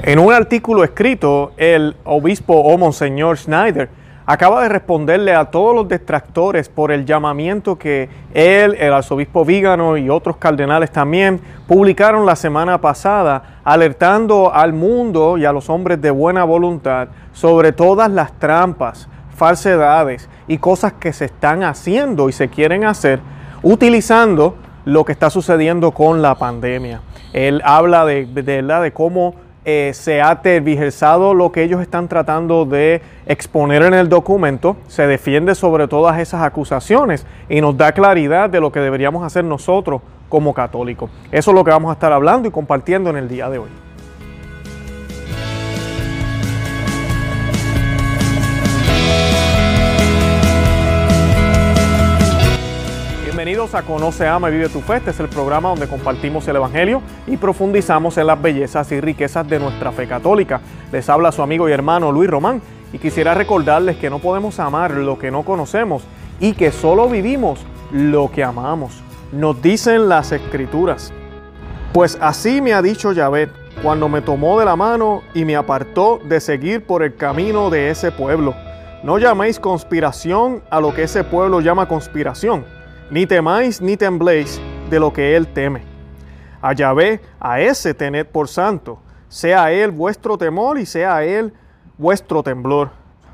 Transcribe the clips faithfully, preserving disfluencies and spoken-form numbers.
En un artículo escrito, el obispo o Monseñor Schneider acaba de responderle a todos los detractores por el llamamiento que él, el arzobispo Vígano y otros cardenales también publicaron la semana pasada, alertando al mundo y a los hombres de buena voluntad sobre todas las trampas, falsedades y cosas que se están haciendo y se quieren hacer utilizando lo que está sucediendo con la pandemia. Él habla de, de, de, de cómo eh, se ha tergiversado lo que ellos están tratando de exponer en el documento, se defiende sobre todas esas acusaciones y nos da claridad de lo que deberíamos hacer nosotros como católicos. Eso es lo que vamos a estar hablando y compartiendo en el día de hoy. Bienvenidos a Conoce, Ama y Vive tu Fe. Este es el programa donde compartimos el Evangelio y profundizamos en las bellezas y riquezas de nuestra fe católica. Les habla su amigo y hermano Luis Román y quisiera recordarles que no podemos amar lo que no conocemos y que solo vivimos lo que amamos. Nos dicen las Escrituras: pues así me ha dicho Yahvé, cuando me tomó de la mano y me apartó de seguir por el camino de ese pueblo. No llaméis conspiración a lo que ese pueblo llama conspiración, ni temáis ni tembléis de lo que él teme. A Yahvé, a ese tened por santo, sea él vuestro temor y sea él vuestro temblor.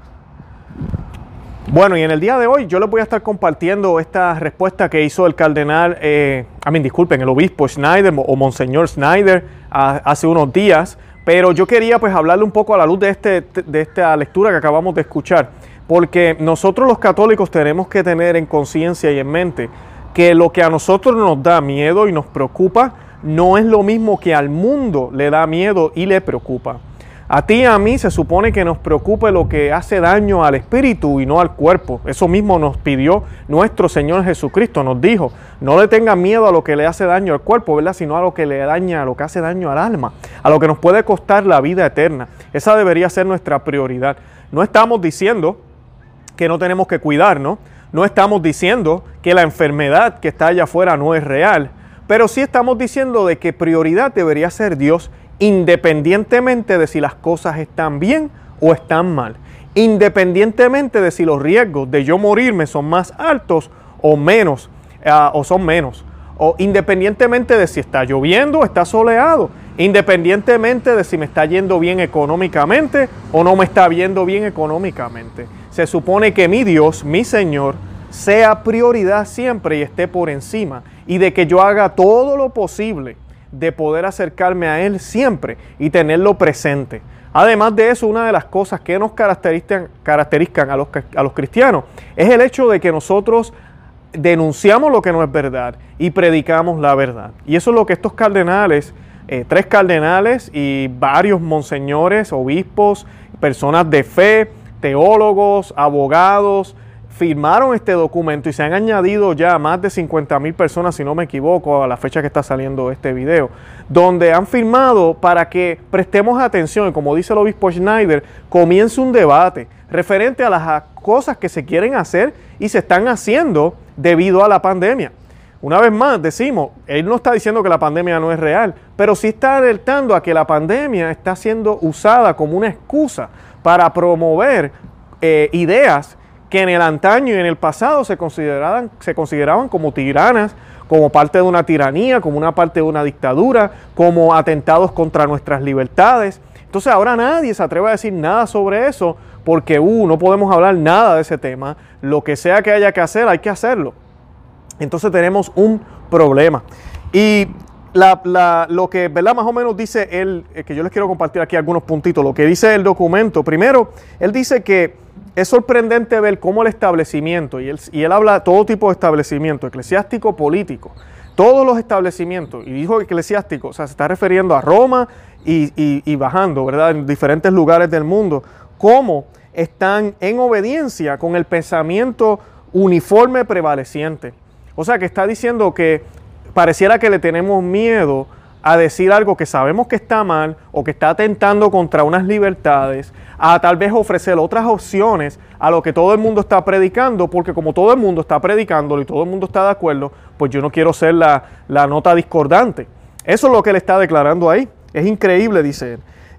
Bueno, y en el día de hoy yo les voy a estar compartiendo esta respuesta que hizo el cardenal, eh, a mí disculpen, el obispo Schneider o Monseñor Schneider a, hace unos días, pero yo quería pues hablarle un poco a la luz de, este, de esta lectura que acabamos de escuchar. Porque nosotros los católicos tenemos que tener en conciencia y en mente que lo que a nosotros nos da miedo y nos preocupa no es lo mismo que al mundo le da miedo y le preocupa. A ti y a mí se supone que nos preocupe lo que hace daño al espíritu y no al cuerpo. Eso mismo nos pidió nuestro Señor Jesucristo. Nos dijo, no le tengan miedo a lo que le hace daño al cuerpo, ¿verdad? Sino a lo que le daña, a lo que hace daño al alma, a lo que nos puede costar la vida eterna. Esa debería ser nuestra prioridad. No estamos diciendo que no tenemos que cuidarnos, no estamos diciendo que la enfermedad que está allá afuera no es real, pero sí estamos diciendo de que prioridad debería ser Dios, independientemente de si las cosas están bien o están mal, independientemente de si los riesgos de yo morirme son más altos o menos, uh, o son menos, o independientemente de si está lloviendo o está soleado, independientemente de si me está yendo bien económicamente o no me está yendo bien económicamente. Se supone que mi Dios, mi Señor, sea prioridad siempre y esté por encima, y de que yo haga todo lo posible de poder acercarme a Él siempre y tenerlo presente. Además de eso, una de las cosas que nos caracterizan, caracterizan a los, a los cristianos es el hecho de que nosotros denunciamos lo que no es verdad y predicamos la verdad. Y eso es lo que estos cardenales, eh, tres cardenales y varios monseñores, obispos, personas de fe, teólogos, abogados, firmaron este documento y se han añadido ya más de cincuenta mil personas, si no me equivoco, a la fecha que está saliendo este video, donde han firmado para que prestemos atención y, como dice el obispo Schneider, comience un debate referente a las cosas que se quieren hacer y se están haciendo debido a la pandemia. Una vez más decimos, él no está diciendo que la pandemia no es real, pero sí está alertando a que la pandemia está siendo usada como una excusa para promover eh, ideas que en el antaño y en el pasado se consideraban, se consideraban como tiranas, como parte de una tiranía, como una parte de una dictadura, como atentados contra nuestras libertades. Entonces ahora nadie se atreve a decir nada sobre eso porque uh, no podemos hablar nada de ese tema. Lo que sea que haya que hacer, hay que hacerlo. Entonces tenemos un problema. Y la, la, lo que, ¿verdad? Más o menos dice él, que yo les quiero compartir aquí algunos puntitos, lo que dice el documento. Primero, él dice que es sorprendente ver cómo el establecimiento, y él, y él habla de todo tipo de establecimiento, eclesiástico, político, todos los establecimientos, y dijo eclesiástico, o sea, se está refiriendo a Roma y, y, y bajando, ¿verdad? En diferentes lugares del mundo, cómo están en obediencia con el pensamiento uniforme prevaleciente. O sea, que está diciendo que pareciera que le tenemos miedo a decir algo que sabemos que está mal o que está atentando contra unas libertades, a tal vez ofrecer otras opciones a lo que todo el mundo está predicando, porque como todo el mundo está predicándolo y todo el mundo está de acuerdo, pues yo no quiero ser la, la nota discordante. Eso es lo que él está declarando ahí. Es increíble, dice él.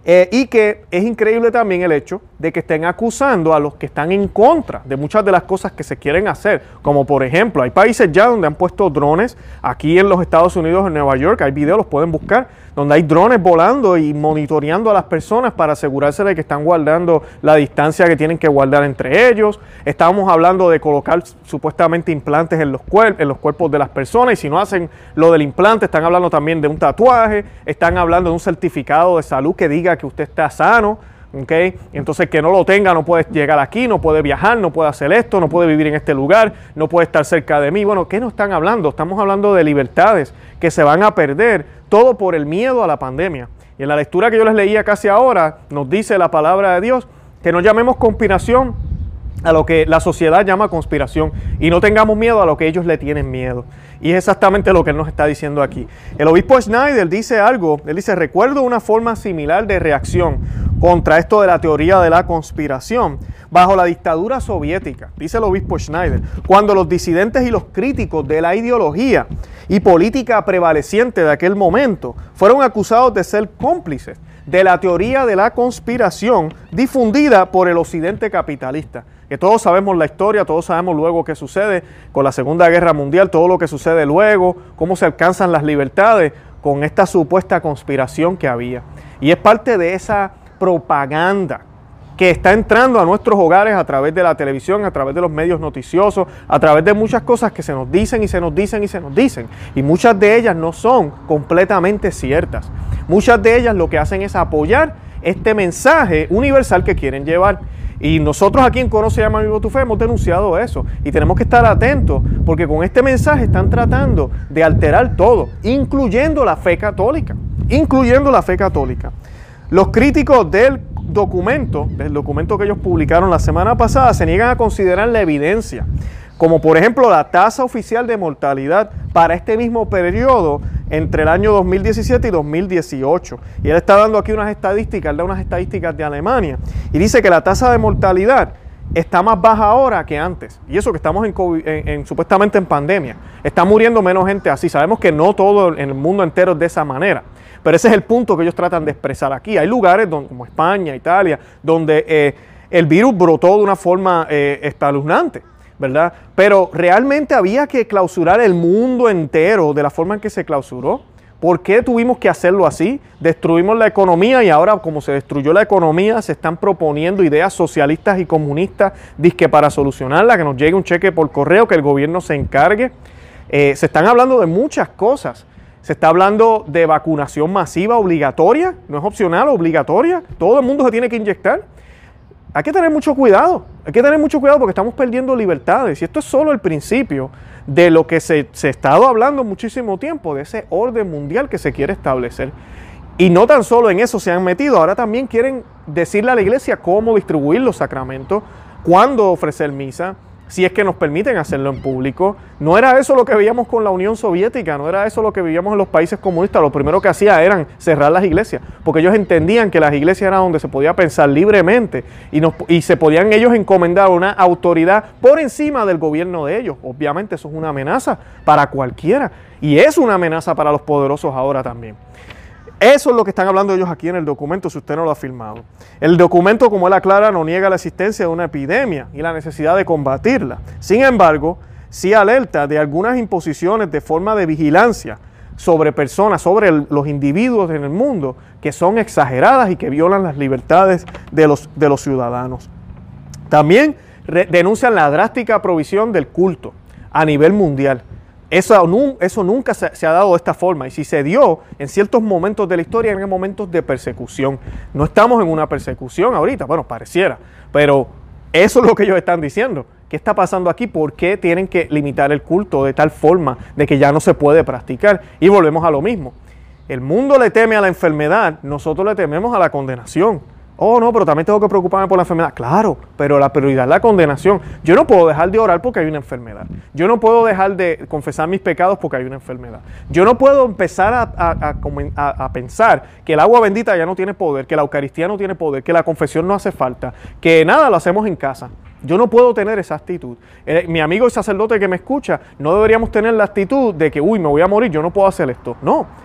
Eh, y que es increíble también el hecho de que estén acusando a los que están en contra de muchas de las cosas que se quieren hacer, como por ejemplo, hay países ya donde han puesto drones, aquí en los Estados Unidos, en Nueva York, hay videos, los pueden buscar, donde hay drones volando y monitoreando a las personas para asegurarse de que están guardando la distancia que tienen que guardar entre ellos. Estábamos hablando de colocar supuestamente implantes en los, cuerp- en los cuerpos de las personas, y si no hacen lo del implante, están hablando también de un tatuaje, están hablando de un certificado de salud que diga que usted está sano, ¿ok? Entonces, que no lo tenga, no puede llegar aquí, no puede viajar, no puede hacer esto, no puede vivir en este lugar, no puede estar cerca de mí. Bueno, ¿qué nos están hablando? Estamos hablando de libertades que se van a perder, todo por el miedo a la pandemia. Y en la lectura que yo les leía casi ahora, nos dice la palabra de Dios que no llamemos conspiración a lo que la sociedad llama conspiración, y no tengamos miedo a lo que ellos le tienen miedo. Y es exactamente lo que él nos está diciendo aquí. El obispo Schneider dice algo, él dice: recuerdo una forma similar de reacción contra esto de la teoría de la conspiración bajo la dictadura soviética, dice el obispo Schneider, cuando los disidentes y los críticos de la ideología y política prevaleciente de aquel momento fueron acusados de ser cómplices de la teoría de la conspiración difundida por el occidente capitalista. Que todos sabemos la historia, todos sabemos luego qué sucede con la Segunda Guerra Mundial, todo lo que sucede luego, cómo se alcanzan las libertades con esta supuesta conspiración que había. Y es parte de esa propaganda que está entrando a nuestros hogares a través de la televisión, a través de los medios noticiosos, a través de muchas cosas que se nos dicen y se nos dicen y se nos dicen. Y muchas de ellas no son completamente ciertas. Muchas de ellas lo que hacen es apoyar este mensaje universal que quieren llevar. Y nosotros aquí en Conoce y Ama Vivo tu Fe hemos denunciado eso. Y tenemos que estar atentos, porque con este mensaje están tratando de alterar todo, incluyendo la fe católica. Incluyendo la fe católica. Los críticos del documento, del documento que ellos publicaron la semana pasada, se niegan a considerar la evidencia, como por ejemplo la tasa oficial de mortalidad para este mismo periodo entre el año dos mil diecisiete y dos mil dieciocho. Y él está dando aquí unas estadísticas, él da unas estadísticas de Alemania, y dice que la tasa de mortalidad está más baja ahora que antes. Y eso que estamos en, COVID, en, en supuestamente en pandemia. Está muriendo menos gente así. Sabemos que no todo en el mundo entero es de esa manera. Pero ese es el punto que ellos tratan de expresar aquí. Hay lugares donde, como España, Italia, donde eh, el virus brotó de una forma eh, espeluznante, ¿verdad? Pero realmente había que clausurar el mundo entero de la forma en que se clausuró. ¿Por qué tuvimos que hacerlo así? Destruimos la economía, y ahora, como se destruyó la economía, se están proponiendo ideas socialistas y comunistas dizque para solucionarla, que nos llegue un cheque por correo, que el gobierno se encargue. Eh, se están hablando de muchas cosas. Se está hablando de vacunación masiva obligatoria, no es opcional, obligatoria. Todo el mundo se tiene que inyectar. Hay que tener mucho cuidado, hay que tener mucho cuidado porque estamos perdiendo libertades. Y esto es solo el principio de lo que se, se ha estado hablando muchísimo tiempo, de ese orden mundial que se quiere establecer. Y no tan solo en eso se han metido, ahora también quieren decirle a la iglesia cómo distribuir los sacramentos, cuándo ofrecer misa, si es que nos permiten hacerlo en público. No era eso lo que veíamos con la Unión Soviética, no era eso lo que vivíamos en los países comunistas. Lo primero que hacía eran cerrar las iglesias, porque ellos entendían que las iglesias eran donde se podía pensar libremente y, nos, y se podían ellos encomendar una autoridad por encima del gobierno de ellos. Obviamente eso es una amenaza para cualquiera, y es una amenaza para los poderosos ahora también. Eso es lo que están hablando ellos aquí en el documento, si usted no lo ha firmado. El documento, como él aclara, no niega la existencia de una epidemia y la necesidad de combatirla. Sin embargo, sí alerta de algunas imposiciones de forma de vigilancia sobre personas, sobre el, los individuos en el mundo, que son exageradas y que violan las libertades de los, de los ciudadanos. También re, denuncian la drástica provisión del culto a nivel mundial. Eso, eso nunca se, se ha dado de esta forma, y si se dio en ciertos momentos de la historia, eran momentos de persecución. No estamos en una persecución ahorita, bueno, pareciera, pero eso es lo que ellos están diciendo. ¿Qué está pasando aquí? ¿Por qué tienen que limitar el culto de tal forma de que ya no se puede practicar? Y volvemos a lo mismo. El mundo le teme a la enfermedad, nosotros le tememos a la condenación. Oh, no, pero también tengo que preocuparme por la enfermedad. Claro, pero la prioridad es la condenación. Yo no puedo dejar de orar porque hay una enfermedad. Yo no puedo dejar de confesar mis pecados porque hay una enfermedad. Yo no puedo empezar a, a, a, a pensar que el agua bendita ya no tiene poder, que la Eucaristía no tiene poder, que la confesión no hace falta, que nada lo hacemos en casa. Yo no puedo tener esa actitud. Eh, mi amigo el sacerdote que me escucha, no deberíamos tener la actitud de que, uy, me voy a morir, yo no puedo hacer esto. No.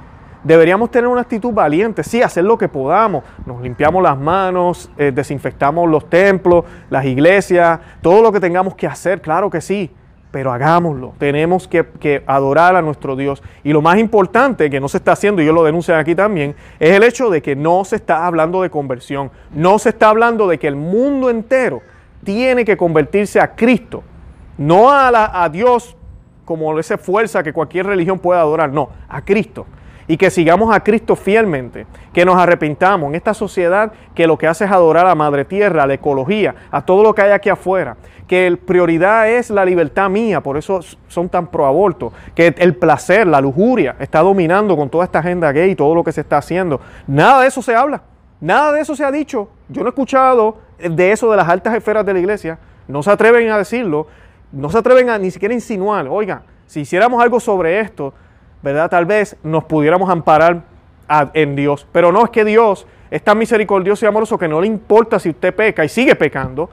Deberíamos tener una actitud valiente, sí, hacer lo que podamos. Nos limpiamos las manos, eh, desinfectamos los templos, las iglesias, todo lo que tengamos que hacer, claro que sí, pero hagámoslo. Tenemos que, que adorar a nuestro Dios. Y lo más importante, que no se está haciendo, y ellos lo denuncian aquí también, es el hecho de que no se está hablando de conversión. No se está hablando de que el mundo entero tiene que convertirse a Cristo, no a, la, a Dios como esa fuerza que cualquier religión pueda adorar, no, a Cristo. Y que sigamos a Cristo fielmente, que nos arrepintamos en esta sociedad que lo que hace es adorar a Madre Tierra, a la ecología, a todo lo que hay aquí afuera, que el prioridad es la libertad mía, por eso son tan pro aborto, que el placer, la lujuria está dominando con toda esta agenda gay y todo lo que se está haciendo. Nada de eso se habla, nada de eso se ha dicho. Yo no he escuchado de eso de las altas esferas de la iglesia, no se atreven a decirlo, no se atreven a ni siquiera insinuar. Oigan, si hiciéramos algo sobre esto, ¿verdad? Tal vez nos pudiéramos amparar a, en Dios. Pero no, es que Dios es tan misericordioso y amoroso que no le importa si usted peca y sigue pecando,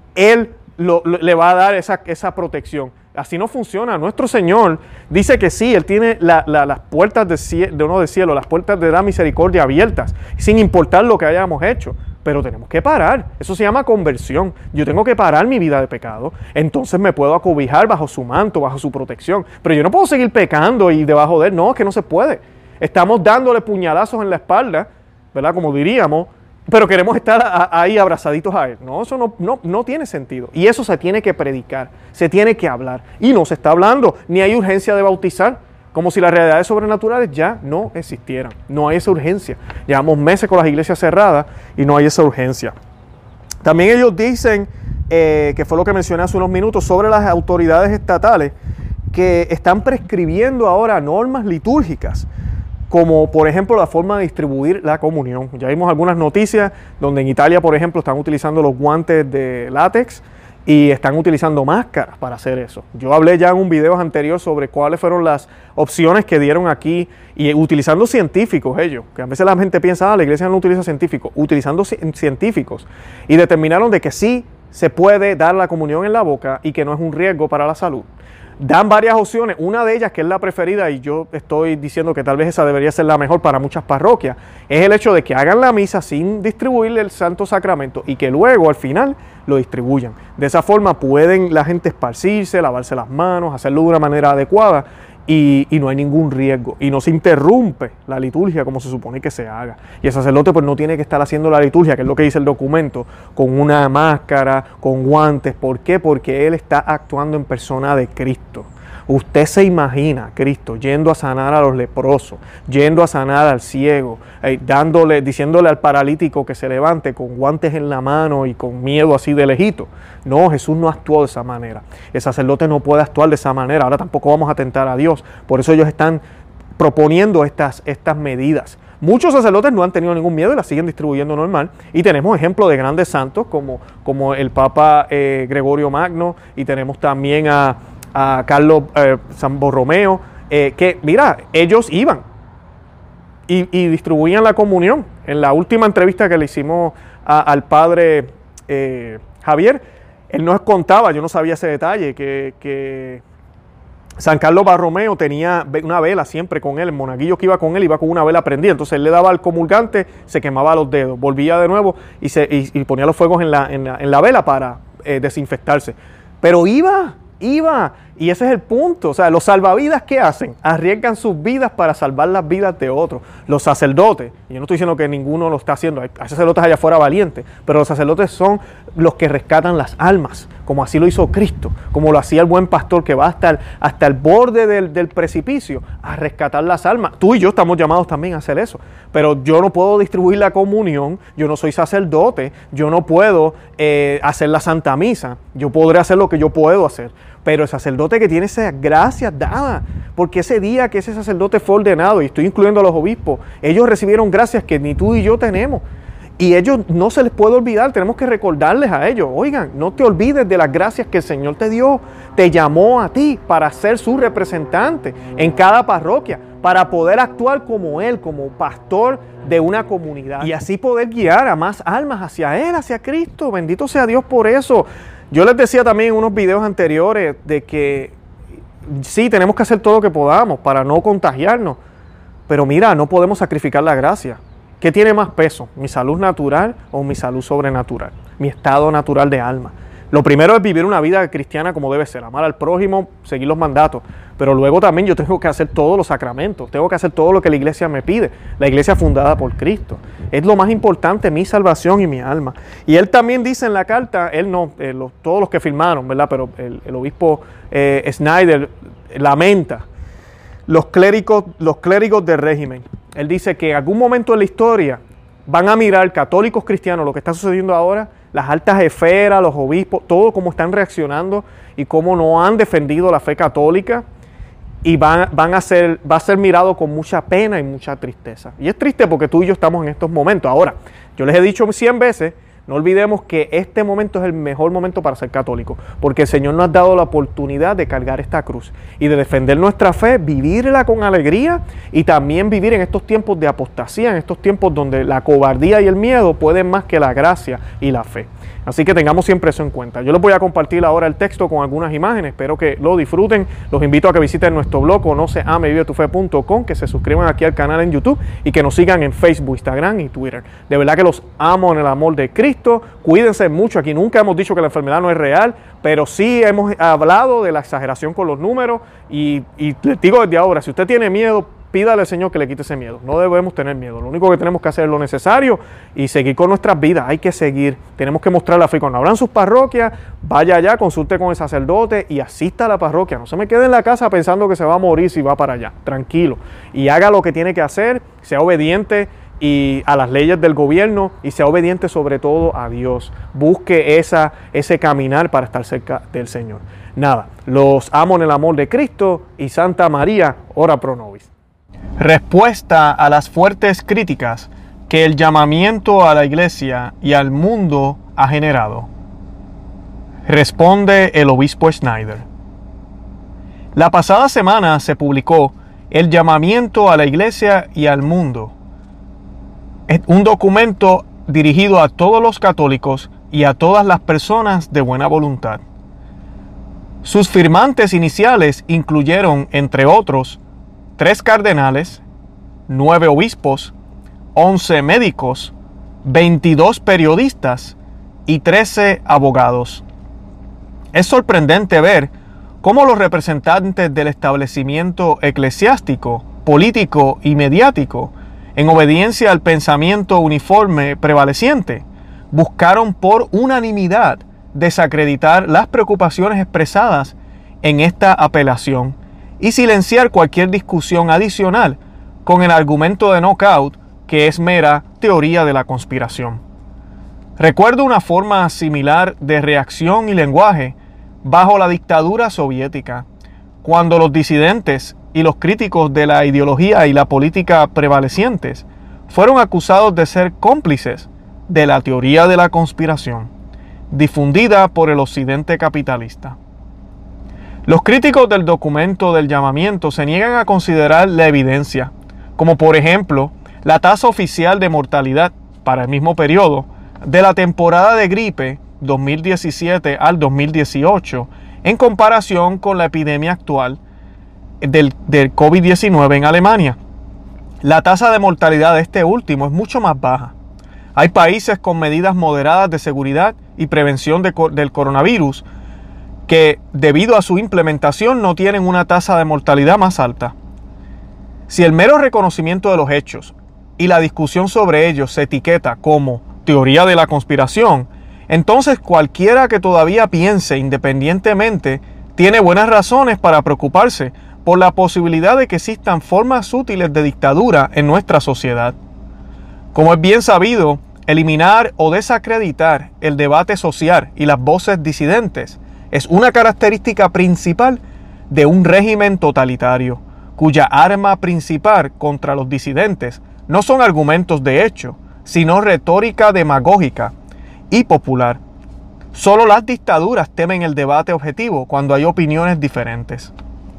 Él lo, lo, le va a dar esa, esa protección. Así no funciona. Nuestro Señor dice que sí, Él tiene la, la, las puertas de, cielo, de uno del cielo, las puertas de la misericordia abiertas, sin importar lo que hayamos hecho. Pero tenemos que parar. Eso se llama conversión. Yo tengo que parar mi vida de pecado. Entonces me puedo acobijar bajo su manto, bajo su protección. Pero yo no puedo seguir pecando y debajo de él. No, es que no se puede. Estamos dándole puñalazos en la espalda, ¿verdad? Como diríamos, pero queremos estar a, ahí abrazaditos a él. No, eso no, no, no tiene sentido. Y eso se tiene que predicar, se tiene que hablar. Y no se está hablando, ni hay urgencia de bautizar. Como si las realidades sobrenaturales ya no existieran. No hay esa urgencia. Llevamos meses con las iglesias cerradas y no hay esa urgencia. También ellos dicen, eh, que fue lo que mencioné hace unos minutos, sobre las autoridades estatales, que están prescribiendo ahora normas litúrgicas, como por ejemplo la forma de distribuir la comunión. Ya vimos algunas noticias donde en Italia, por ejemplo, están utilizando los guantes de látex y están utilizando máscaras para hacer eso. Yo hablé ya en un video anterior sobre cuáles fueron las opciones que dieron aquí, y utilizando científicos ellos, que a veces la gente piensa, ah, la iglesia no utiliza científicos, utilizando científicos, y determinaron de que sí se puede dar la comunión en la boca y que no es un riesgo para la salud. Dan varias opciones, una de ellas que es la preferida, y yo estoy diciendo que tal vez esa debería ser la mejor para muchas parroquias, es el hecho de que hagan la misa sin distribuirle el Santo Sacramento y que luego al final lo distribuyan. De esa forma pueden la gente esparcirse, lavarse las manos, hacerlo de una manera adecuada y, y no hay ningún riesgo y no se interrumpe la liturgia como se supone que se haga. Y el sacerdote pues no tiene que estar haciendo la liturgia, que es lo que dice el documento, con una máscara, con guantes. ¿Por qué? Porque él está actuando en persona de Cristo. Usted se imagina a Cristo yendo a sanar a los leprosos, yendo a sanar al ciego, eh, dándole, diciéndole al paralítico que se levante con guantes en la mano y con miedo así de lejito. No, Jesús no actuó de esa manera. El sacerdote no puede actuar de esa manera. Ahora tampoco vamos a tentar a Dios. Por eso ellos están proponiendo estas, estas medidas. Muchos sacerdotes no han tenido ningún miedo y las siguen distribuyendo normal. Y tenemos ejemplos de grandes santos como, como el Papa eh, Gregorio Magno, y tenemos también a... a Carlos eh, San Borromeo, eh, que mira, ellos iban y, y distribuían la comunión. En la última entrevista que le hicimos a, al padre eh, Javier, él nos contaba, yo no sabía ese detalle, que, que San Carlos Borromeo tenía una vela siempre con él, el monaguillo que iba con él iba con una vela prendida, entonces él le daba al comulgante, se quemaba los dedos, volvía de nuevo y, se, y, y ponía los fuegos en la, en la, en la vela para eh, desinfectarse, pero iba... Iba, y ese es el punto. O sea, los salvavidas, ¿qué hacen? Arriesgan sus vidas para salvar las vidas de otros. Los sacerdotes, y yo no estoy diciendo que ninguno lo está haciendo, hay sacerdotes allá afuera valientes, pero los sacerdotes son los que rescatan las almas, como así lo hizo Cristo, como lo hacía el buen pastor que va hasta el, hasta el borde del, del precipicio a rescatar las almas. Tú y yo estamos llamados también a hacer eso, pero yo no puedo distribuir la comunión, yo no soy sacerdote, yo no puedo eh, hacer la Santa Misa, yo podré hacer lo que yo puedo hacer. Pero el sacerdote que tiene esas gracias dadas, porque ese día que ese sacerdote fue ordenado, y estoy incluyendo a los obispos, ellos recibieron gracias que ni tú y yo tenemos. Y ellos no se les puede olvidar, tenemos que recordarles a ellos, oigan, no te olvides de las gracias que el Señor te dio, te llamó a ti para ser su representante en cada parroquia, para poder actuar como Él, como pastor de una comunidad, y así poder guiar a más almas hacia Él, hacia Cristo. Bendito sea Dios por eso. Yo les decía también en unos videos anteriores de que sí, tenemos que hacer todo lo que podamos para no contagiarnos, Pero mira, no podemos sacrificar la gracia. ¿Qué tiene más peso? ¿Mi salud natural o mi salud sobrenatural? Mi estado natural de alma. Lo primero es vivir una vida cristiana como debe ser, amar al prójimo, seguir los mandatos. Pero luego también yo tengo que hacer todos los sacramentos, tengo que hacer todo lo que la iglesia me pide. La iglesia fundada por Cristo. Es lo más importante, mi salvación y mi alma. Y él también dice en la carta, él no, eh, los, todos los que firmaron, ¿verdad? Pero el, el obispo eh, Snyder lamenta los clérigos, los clérigos del régimen. Él dice que en algún momento en la historia van a mirar católicos cristianos, lo que está sucediendo ahora, las altas esferas, los obispos, todo cómo están reaccionando y cómo no han defendido la fe católica, y van, van a ser, va a ser mirado con mucha pena y mucha tristeza. Y es triste porque tú y yo estamos en estos momentos. Ahora, yo les he dicho cien veces, no olvidemos que este momento es el mejor momento para ser católico, porque el Señor nos ha dado la oportunidad de cargar esta cruz y de defender nuestra fe, vivirla con alegría y también vivir en estos tiempos de apostasía, en estos tiempos donde la cobardía y el miedo pueden más que la gracia y la fe. Así que tengamos siempre eso en cuenta. Yo les voy a compartir ahora el texto con algunas imágenes, espero que lo disfruten. Los invito a que visiten nuestro blog conoceame vive tu fe punto com, que se suscriban aquí al canal en YouTube y que nos sigan en Facebook, Instagram y Twitter. De verdad que los amo en el amor de Cristo. Cuídense mucho. Aquí nunca hemos dicho que la enfermedad no es real, pero sí hemos hablado de la exageración con los números y, y les digo desde ahora, si usted tiene miedo, pídale al Señor que le quite ese miedo. No debemos tener miedo. Lo único que tenemos que hacer es lo necesario y seguir con nuestras vidas. Hay que seguir. Tenemos que mostrar la fe. Cuando abran sus parroquias, vaya allá, consulte con el sacerdote y asista a la parroquia. No se me quede en la casa pensando que se va a morir si va para allá. Tranquilo. Y haga lo que tiene que hacer. Sea obediente y a las leyes del gobierno y sea obediente sobre todo a Dios. Busque esa, ese caminar para estar cerca del Señor. Nada, los amo en el amor de Cristo y Santa María, ora pro nobis. Respuesta a las fuertes críticas que el llamamiento a la iglesia y al mundo ha generado. Responde el obispo Snyder. La pasada semana se publicó el llamamiento a la iglesia y al mundo. Es un documento dirigido a todos los católicos y a todas las personas de buena voluntad. Sus firmantes iniciales incluyeron, entre otros, tres cardenales, nueve obispos, once médicos, veintidós periodistas y trece abogados. Es sorprendente ver cómo los representantes del establecimiento eclesiástico, político y mediático, en obediencia al pensamiento uniforme prevaleciente, buscaron por unanimidad desacreditar las preocupaciones expresadas en esta apelación y silenciar cualquier discusión adicional con el argumento de knockout que es mera teoría de la conspiración. Recuerdo una forma similar de reacción y lenguaje bajo la dictadura soviética, cuando los disidentes y los críticos de la ideología y la política prevalecientes fueron acusados de ser cómplices de la teoría de la conspiración, difundida por el occidente capitalista. Los críticos del documento del llamamiento se niegan a considerar la evidencia, como por ejemplo la tasa oficial de mortalidad para el mismo periodo de la temporada de gripe dos mil diecisiete al dos mil dieciocho en comparación con la epidemia actual del, del COVID diecinueve en Alemania. La tasa de mortalidad de este último es mucho más baja. Hay países con medidas moderadas de seguridad y prevención de, del coronavirus que, debido a su implementación, no tienen una tasa de mortalidad más alta. Si el mero reconocimiento de los hechos y la discusión sobre ellos se etiqueta como teoría de la conspiración, entonces cualquiera que todavía piense independientemente tiene buenas razones para preocuparse por la posibilidad de que existan formas útiles de dictadura en nuestra sociedad. Como es bien sabido, eliminar o desacreditar el debate social y las voces disidentes es una característica principal de un régimen totalitario, cuya arma principal contra los disidentes no son argumentos de hecho, sino retórica demagógica y popular. Solo las dictaduras temen el debate objetivo cuando hay opiniones diferentes.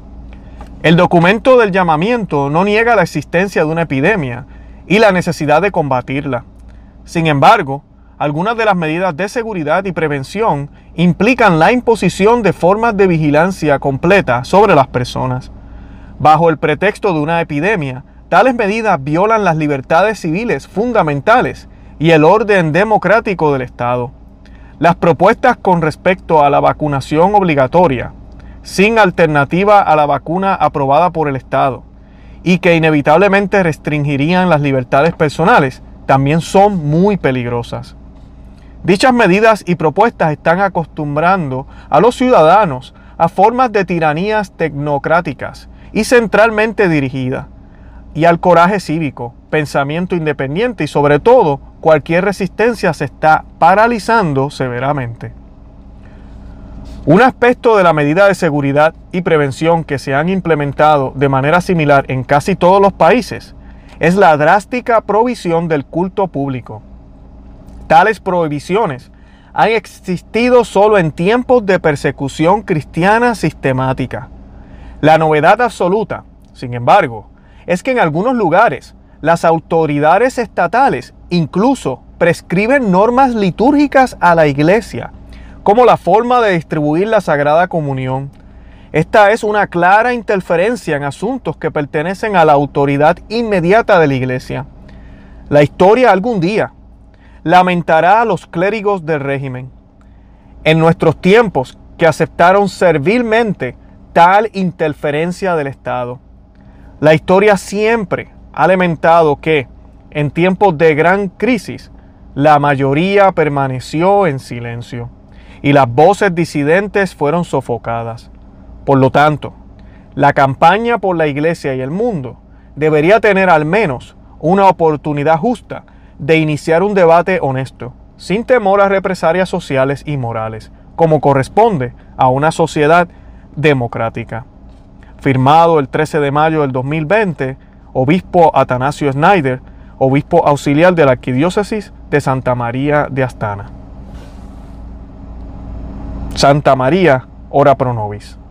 El documento del llamamiento no niega la existencia de una epidemia y la necesidad de combatirla. Sin embargo, algunas de las medidas de seguridad y prevención implican la imposición de formas de vigilancia completa sobre las personas. Bajo el pretexto de una epidemia, Tales medidas violan las libertades civiles fundamentales y el orden democrático del Estado. Las propuestas con respecto a la vacunación obligatoria, sin alternativa a la vacuna aprobada por el Estado, y que inevitablemente restringirían las libertades personales, también son muy peligrosas. Dichas medidas y propuestas están acostumbrando a los ciudadanos a formas de tiranías tecnocráticas y centralmente dirigidas, y al coraje cívico, pensamiento independiente y sobre todo cualquier resistencia se está paralizando severamente. Un aspecto de la medida de seguridad y prevención que se han implementado de manera similar en casi todos los países es la drástica prohibición del culto público. Tales prohibiciones han existido solo en tiempos de persecución cristiana sistemática. La novedad absoluta, sin embargo, es que en algunos lugares las autoridades estatales incluso prescriben normas litúrgicas a la iglesia, como la forma de distribuir la Sagrada Comunión. Esta es una clara interferencia en asuntos que pertenecen a la autoridad inmediata de la iglesia. La historia algún día lamentará a los clérigos del régimen, en nuestros tiempos, que aceptaron servilmente tal interferencia del Estado. La historia siempre ha lamentado que, en tiempos de gran crisis, la mayoría permaneció en silencio y las voces disidentes fueron sofocadas. Por lo tanto, la campaña por la Iglesia y el mundo debería tener al menos una oportunidad justa de iniciar un debate honesto, sin temor a represalias sociales y morales, como corresponde a una sociedad democrática. Firmado el trece de mayo del dos mil veinte, obispo Atanasio Schneider, obispo auxiliar de la Arquidiócesis de Santa María de Astana. Santa María, ora pro nobis.